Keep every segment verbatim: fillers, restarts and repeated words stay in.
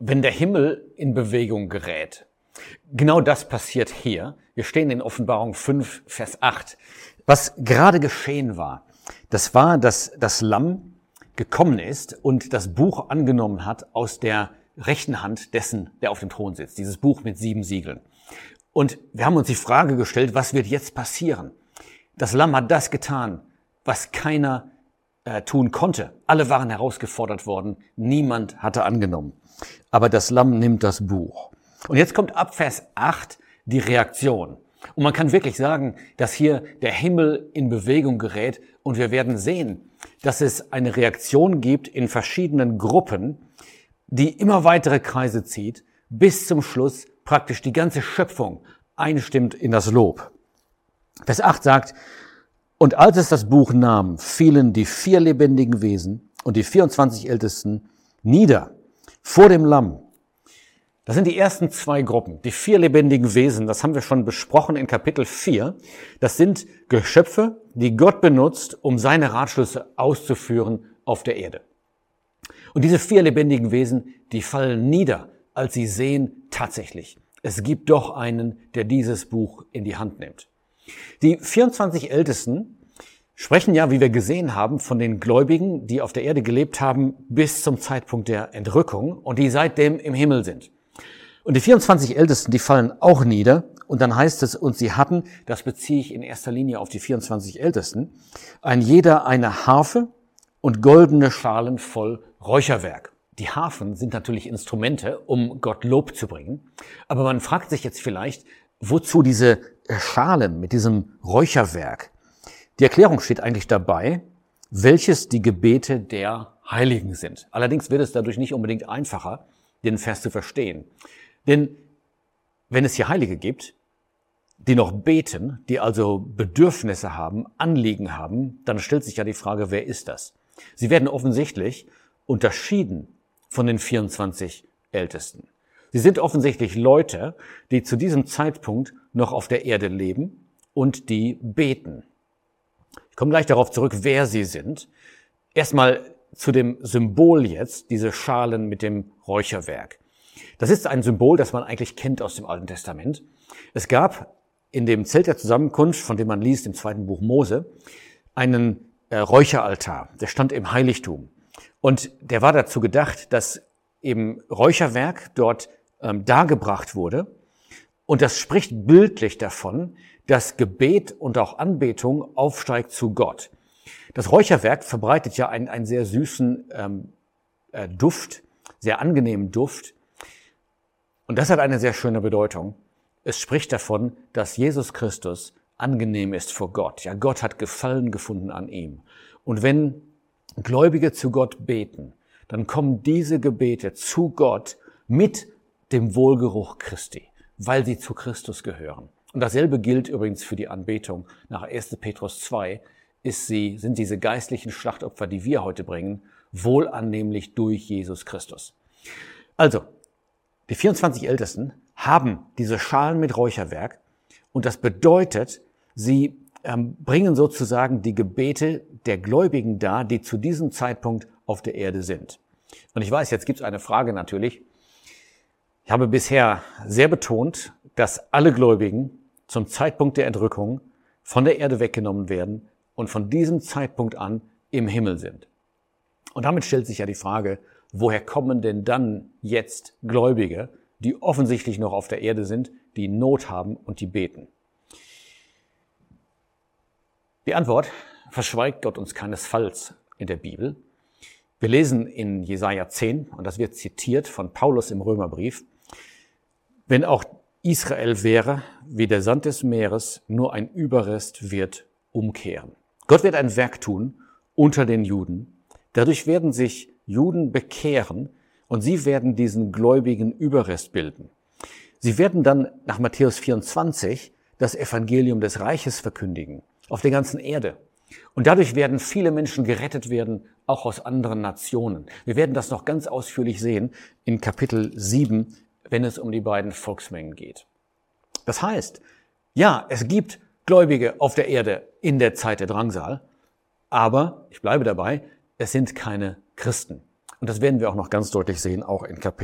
wenn der Himmel in Bewegung gerät. Genau das passiert hier. Wir stehen in Offenbarung fünf, Vers acht. Was gerade geschehen war, das war, dass das Lamm gekommen ist und das Buch angenommen hat aus der rechten Hand dessen, der auf dem Thron sitzt. Dieses Buch mit sieben Siegeln. Und wir haben uns die Frage gestellt, was wird jetzt passieren? Das Lamm hat das getan, was keiner äh, tun konnte. Alle waren herausgefordert worden. Niemand hatte angenommen. Aber das Lamm nimmt das Buch. Und jetzt kommt ab Vers acht die Reaktion. Und man kann wirklich sagen, dass hier der Himmel in Bewegung gerät und wir werden sehen, dass es eine Reaktion gibt in verschiedenen Gruppen, die immer weitere Kreise zieht, bis zum Schluss praktisch die ganze Schöpfung einstimmt in das Lob. Vers acht sagt, und als es das Buch nahm, fielen die vier lebendigen Wesen und die vierundzwanzig Ältesten nieder vor dem Lamm. Das sind die ersten zwei Gruppen, die vier lebendigen Wesen, das haben wir schon besprochen in Kapitel vier. Das sind Geschöpfe, die Gott benutzt, um seine Ratschlüsse auszuführen auf der Erde. Und diese vier lebendigen Wesen, die fallen nieder, als sie sehen, tatsächlich, es gibt doch einen, der dieses Buch in die Hand nimmt. Die vierundzwanzig Ältesten sprechen ja, wie wir gesehen haben, von den Gläubigen, die auf der Erde gelebt haben bis zum Zeitpunkt der Entrückung und die seitdem im Himmel sind. Und die vierundzwanzig Ältesten, die fallen auch nieder. Und dann heißt es, und sie hatten, das beziehe ich in erster Linie auf die vierundzwanzig Ältesten, ein jeder eine Harfe und goldene Schalen voll Räucherwerk. Die Harfen sind natürlich Instrumente, um Gott Lob zu bringen. Aber man fragt sich jetzt vielleicht, wozu diese Schalen mit diesem Räucherwerk? Die Erklärung steht eigentlich dabei, welches die Gebete der Heiligen sind. Allerdings wird es dadurch nicht unbedingt einfacher, den Vers zu verstehen. Denn wenn es hier Heilige gibt, die noch beten, die also Bedürfnisse haben, Anliegen haben, dann stellt sich ja die Frage, wer ist das? Sie werden offensichtlich unterschieden von den vierundzwanzig Ältesten. Sie sind offensichtlich Leute, die zu diesem Zeitpunkt noch auf der Erde leben und die beten. Ich komme gleich darauf zurück, wer sie sind. Erstmal zu dem Symbol jetzt, diese Schalen mit dem Räucherwerk. Das ist ein Symbol, das man eigentlich kennt aus dem Alten Testament. Es gab in dem Zelt der Zusammenkunft, von dem man liest im zweiten Buch Mose, einen äh, Räucheraltar. Der stand im Heiligtum. Und der war dazu gedacht, dass eben Räucherwerk dort ähm, dargebracht wurde. Und das spricht bildlich davon, dass Gebet und auch Anbetung aufsteigt zu Gott. Das Räucherwerk verbreitet ja einen, einen sehr süßen ähm, äh, Duft, sehr angenehmen Duft. Und das hat eine sehr schöne Bedeutung. Es spricht davon, dass Jesus Christus angenehm ist vor Gott. Ja, Gott hat Gefallen gefunden an ihm. Und wenn Gläubige zu Gott beten, dann kommen diese Gebete zu Gott mit dem Wohlgeruch Christi, weil sie zu Christus gehören. Und dasselbe gilt übrigens für die Anbetung. Nach erster Petrus zwei ist sie, sind diese geistlichen Schlachtopfer, die wir heute bringen, wohlannehmlich durch Jesus Christus. Also, die vierundzwanzig Ältesten haben diese Schalen mit Räucherwerk und das bedeutet, sie ähm, bringen sozusagen die Gebete der Gläubigen dar, die zu diesem Zeitpunkt auf der Erde sind. Und ich weiß, jetzt gibt es eine Frage natürlich. Ich habe bisher sehr betont, dass alle Gläubigen zum Zeitpunkt der Entrückung von der Erde weggenommen werden und von diesem Zeitpunkt an im Himmel sind. Und damit stellt sich ja die Frage, woher kommen denn dann jetzt Gläubige, die offensichtlich noch auf der Erde sind, die Not haben und die beten? Die Antwort verschweigt Gott uns keinesfalls in der Bibel. Wir lesen in Jesaja zehn, und das wird zitiert von Paulus im Römerbrief, wenn auch Israel wäre, wie der Sand des Meeres, nur ein Überrest wird umkehren. Gott wird ein Werk tun unter den Juden. Dadurch werden sich Juden bekehren und sie werden diesen gläubigen Überrest bilden. Sie werden dann nach Matthäus vierundzwanzig das Evangelium des Reiches verkündigen, auf der ganzen Erde. Und dadurch werden viele Menschen gerettet werden, auch aus anderen Nationen. Wir werden das noch ganz ausführlich sehen in Kapitel sieben, wenn es um die beiden Volksmengen geht. Das heißt, ja, es gibt Gläubige auf der Erde in der Zeit der Drangsal, aber, ich bleibe dabei, es sind keine Christen. Und das werden wir auch noch ganz deutlich sehen, auch in Kapitel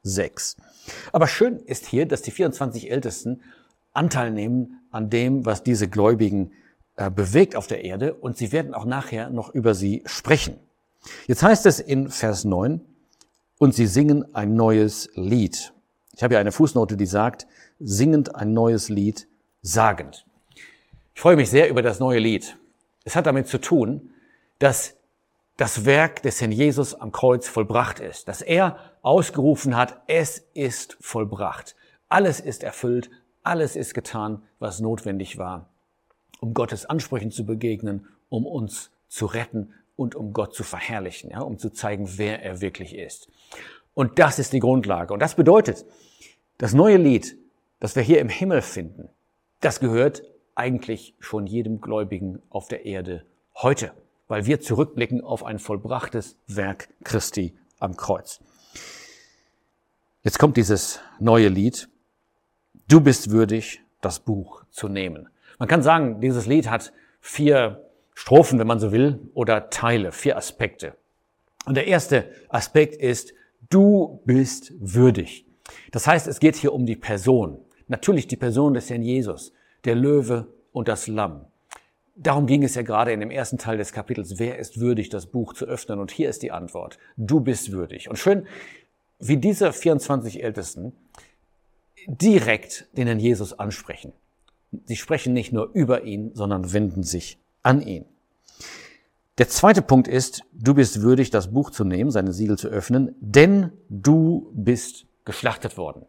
sechs. Aber schön ist hier, dass die vierundzwanzig Ältesten Anteil nehmen an dem, was diese Gläubigen äh, bewegt auf der Erde, und sie werden auch nachher noch über sie sprechen. Jetzt heißt es in Vers neun, und sie singen ein neues Lied. Ich habe hier eine Fußnote, die sagt, singend ein neues Lied, sagend. Ich freue mich sehr über das neue Lied. Es hat damit zu tun, dass das Werk des Herrn Jesus am Kreuz vollbracht ist, dass er ausgerufen hat, es ist vollbracht. Alles ist erfüllt, alles ist getan, was notwendig war, um Gottes Ansprüchen zu begegnen, um uns zu retten und um Gott zu verherrlichen, ja, um zu zeigen, wer er wirklich ist. Und das ist die Grundlage. Und das bedeutet, das neue Lied, das wir hier im Himmel finden, das gehört eigentlich schon jedem Gläubigen auf der Erde heute, weil wir zurückblicken auf ein vollbrachtes Werk Christi am Kreuz. Jetzt kommt dieses neue Lied. Du bist würdig, das Buch zu nehmen. Man kann sagen, dieses Lied hat vier Strophen, wenn man so will, oder Teile, vier Aspekte. Und der erste Aspekt ist, du bist würdig. Das heißt, es geht hier um die Person. Natürlich die Person des Herrn Jesus, der Löwe und das Lamm. Darum ging es ja gerade in dem ersten Teil des Kapitels. Wer ist würdig, das Buch zu öffnen? Und hier ist die Antwort. Du bist würdig. Und schön, wie diese vierundzwanzig Ältesten direkt den Herrn Jesus ansprechen. Sie sprechen nicht nur über ihn, sondern wenden sich an ihn. Der zweite Punkt ist, du bist würdig, das Buch zu nehmen, seine Siegel zu öffnen, denn du bist geschlachtet worden.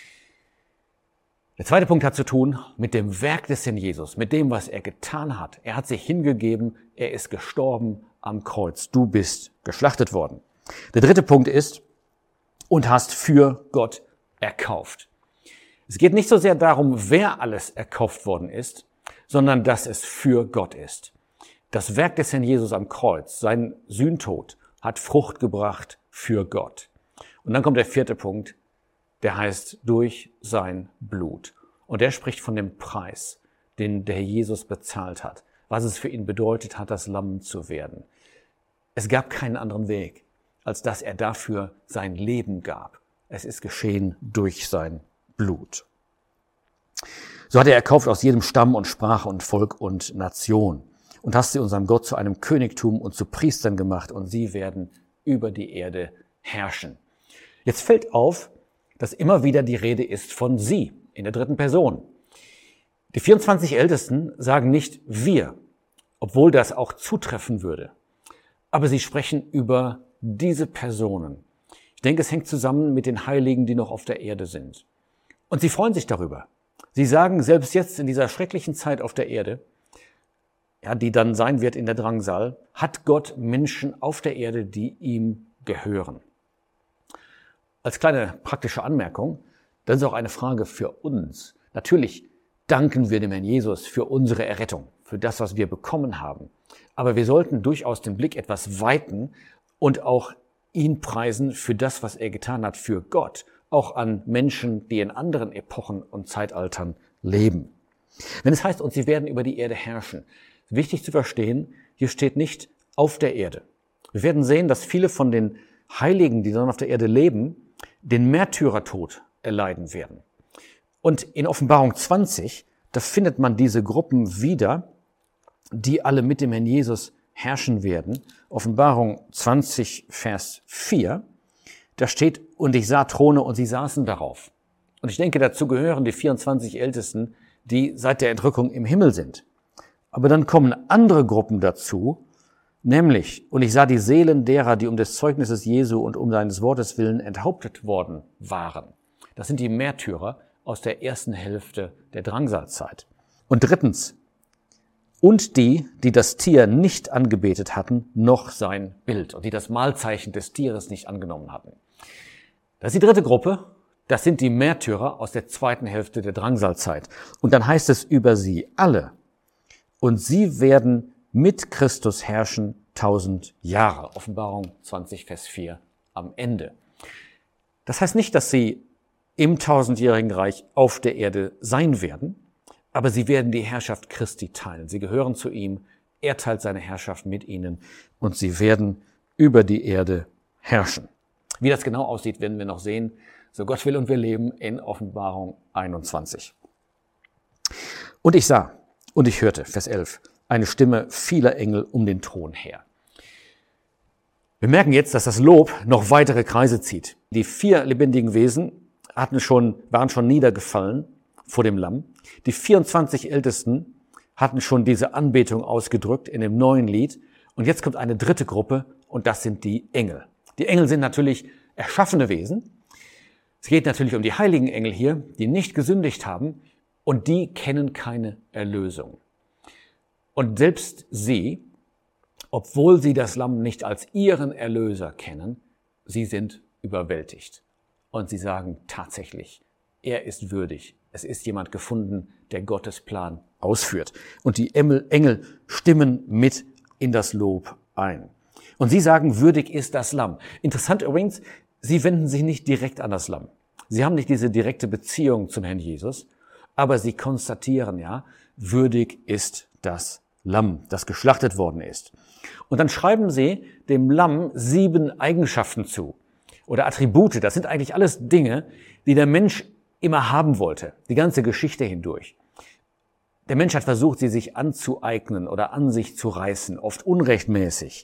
Der zweite Punkt hat zu tun mit dem Werk des Herrn Jesus, mit dem, was er getan hat. Er hat sich hingegeben, er ist gestorben am Kreuz. Du bist geschlachtet worden. Der dritte Punkt ist, und hast für Gott erkauft. Es geht nicht so sehr darum, wer alles erkauft worden ist, sondern dass es für Gott ist. Das Werk des Herrn Jesus am Kreuz, sein Sühntod, hat Frucht gebracht für Gott. Und dann kommt der vierte Punkt, der heißt durch sein Blut. Und der spricht von dem Preis, den der Herr Jesus bezahlt hat, was es für ihn bedeutet hat, das Lamm zu werden. Es gab keinen anderen Weg, als dass er dafür sein Leben gab. Es ist geschehen durch sein Blut. So hat er erkauft aus jedem Stamm und Sprache und Volk und Nation und hast sie unserem Gott zu einem Königtum und zu Priestern gemacht, und sie werden über die Erde herrschen. Jetzt fällt auf, dass immer wieder die Rede ist von sie in der dritten Person. Die vierundzwanzig Ältesten sagen nicht wir, obwohl das auch zutreffen würde. Aber sie sprechen über diese Personen. Ich denke, es hängt zusammen mit den Heiligen, die noch auf der Erde sind. Und sie freuen sich darüber. Sie sagen, selbst jetzt in dieser schrecklichen Zeit auf der Erde, ja, die dann sein wird in der Drangsal, hat Gott Menschen auf der Erde, die ihm gehören. Als kleine praktische Anmerkung, das ist auch eine Frage für uns. Natürlich danken wir dem Herrn Jesus für unsere Errettung, für das, was wir bekommen haben. Aber wir sollten durchaus den Blick etwas weiten und auch ihn preisen für das, was er getan hat für Gott, auch an Menschen, die in anderen Epochen und Zeitaltern leben. Wenn es heißt, und sie werden über die Erde herrschen, wichtig zu verstehen, hier steht nicht auf der Erde. Wir werden sehen, dass viele von den Heiligen, die dann auf der Erde leben, den Märtyrertod erleiden werden. Und in Offenbarung zwanzig, da findet man diese Gruppen wieder, die alle mit dem Herrn Jesus herrschen werden. Offenbarung zwanzig, Vers vier, da steht, und ich sah Throne und sie saßen darauf. Und ich denke, dazu gehören die vierundzwanzig Ältesten, die seit der Entrückung im Himmel sind. Aber dann kommen andere Gruppen dazu, nämlich, und ich sah die Seelen derer, die um des Zeugnisses Jesu und um seines Wortes willen enthauptet worden waren. Das sind die Märtyrer aus der ersten Hälfte der Drangsalzeit. Und drittens, und die, die das Tier nicht angebetet hatten, noch sein Bild, und die das Mahlzeichen des Tieres nicht angenommen hatten. Das ist die dritte Gruppe, das sind die Märtyrer aus der zweiten Hälfte der Drangsalzeit. Und dann heißt es über sie alle, und sie werden mit Christus herrschen tausend Jahre. Offenbarung zwanzig, Vers vier am Ende. Das heißt nicht, dass sie im tausendjährigen Reich auf der Erde sein werden, aber sie werden die Herrschaft Christi teilen. Sie gehören zu ihm, er teilt seine Herrschaft mit ihnen und sie werden über die Erde herrschen. Wie das genau aussieht, werden wir noch sehen. So Gott will und wir leben in Offenbarung einundzwanzig. Und ich sah und ich hörte, Vers elf, eine Stimme vieler Engel um den Thron her. Wir merken jetzt, dass das Lob noch weitere Kreise zieht. Die vier lebendigen Wesen hatten schon, waren schon niedergefallen vor dem Lamm. Die vierundzwanzig Ältesten hatten schon diese Anbetung ausgedrückt in dem neuen Lied. Und jetzt kommt eine dritte Gruppe und das sind die Engel. Die Engel sind natürlich erschaffene Wesen. Es geht natürlich um die heiligen Engel hier, die nicht gesündigt haben und die kennen keine Erlösung. Und selbst sie, obwohl sie das Lamm nicht als ihren Erlöser kennen, sie sind überwältigt. Und sie sagen tatsächlich, er ist würdig. Es ist jemand gefunden, der Gottes Plan ausführt. Und die Engel stimmen mit in das Lob ein. Und sie sagen, würdig ist das Lamm. Interessant übrigens, sie wenden sich nicht direkt an das Lamm. Sie haben nicht diese direkte Beziehung zum Herrn Jesus, aber sie konstatieren, ja, würdig ist das Lamm, das geschlachtet worden ist. Und dann schreiben sie dem Lamm sieben Eigenschaften zu oder Attribute. Das sind eigentlich alles Dinge, die der Mensch immer haben wollte, die ganze Geschichte hindurch. Der Mensch hat versucht, sie sich anzueignen oder an sich zu reißen, oft unrechtmäßig.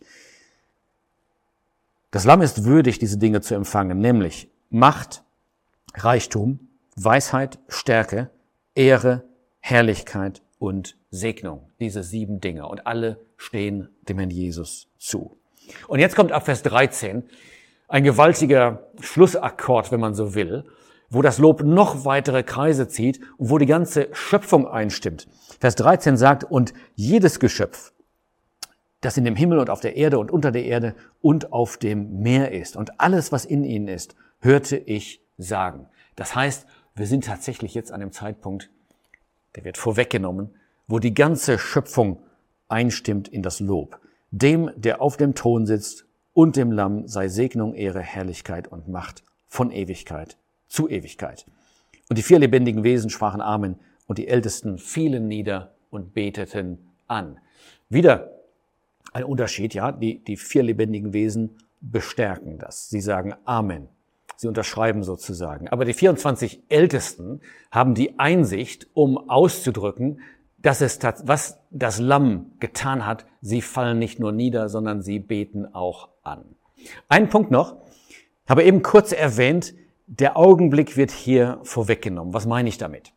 Das Lamm ist würdig, diese Dinge zu empfangen, nämlich Macht, Reichtum, Weisheit, Stärke, Ehre, Herrlichkeit und Segnung. Diese sieben Dinge. Und alle stehen dem Herrn Jesus zu. Und jetzt kommt ab Vers dreizehn ein gewaltiger Schlussakkord, wenn man so will, wo das Lob noch weitere Kreise zieht und wo die ganze Schöpfung einstimmt. Vers dreizehn sagt, und jedes Geschöpf, das in dem Himmel und auf der Erde und unter der Erde und auf dem Meer ist und alles, was in ihnen ist, hörte ich sagen. Das heißt, wir sind tatsächlich jetzt an dem Zeitpunkt, der wird vorweggenommen, wo die ganze Schöpfung einstimmt in das Lob. Dem, der auf dem Thron sitzt und dem Lamm sei Segnung, Ehre, Herrlichkeit und Macht von Ewigkeit zu Ewigkeit. Und die vier lebendigen Wesen sprachen Amen und die Ältesten fielen nieder und beteten an. Wieder ein Unterschied, ja, die, die vier lebendigen Wesen bestärken das. Sie sagen Amen. Sie unterschreiben sozusagen. Aber die vierundzwanzig Ältesten haben die Einsicht, um auszudrücken, dass es, was das Lamm getan hat, sie fallen nicht nur nieder, sondern sie beten auch an. Ein Punkt noch, habe eben kurz erwähnt, der Augenblick wird hier vorweggenommen. Was meine ich damit?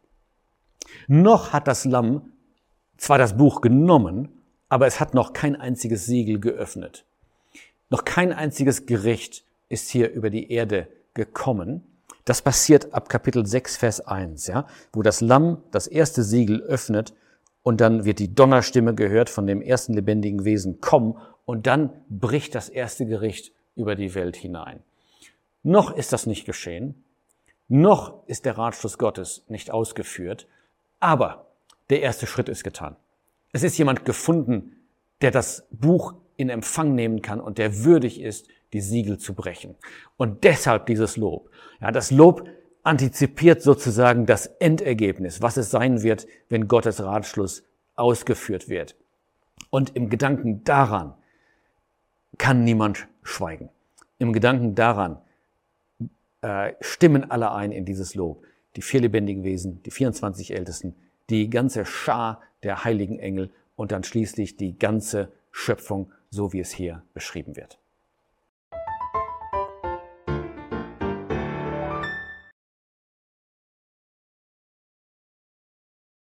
Noch hat das Lamm zwar das Buch genommen, aber es hat noch kein einziges Siegel geöffnet. Noch kein einziges Gericht ist hier über die Erde gekommen. Das passiert ab Kapitel sechs, Vers eins, ja, wo das Lamm das erste Siegel öffnet und dann wird die Donnerstimme gehört von dem ersten lebendigen Wesen, komm, und dann bricht das erste Gericht über die Welt hinein. Noch ist das nicht geschehen, noch ist der Ratschluss Gottes nicht ausgeführt, aber der erste Schritt ist getan. Es ist jemand gefunden, der das Buch in Empfang nehmen kann und der würdig ist, die Siegel zu brechen. Und deshalb dieses Lob. Ja, das Lob antizipiert sozusagen das Endergebnis, was es sein wird, wenn Gottes Ratschluss ausgeführt wird. Und im Gedanken daran kann niemand schweigen. Im Gedanken daran äh, stimmen alle ein in dieses Lob. Die vier lebendigen Wesen, die vierundzwanzig Ältesten, die ganze Schar der heiligen Engel und dann schließlich die ganze Schöpfung, so wie es hier beschrieben wird.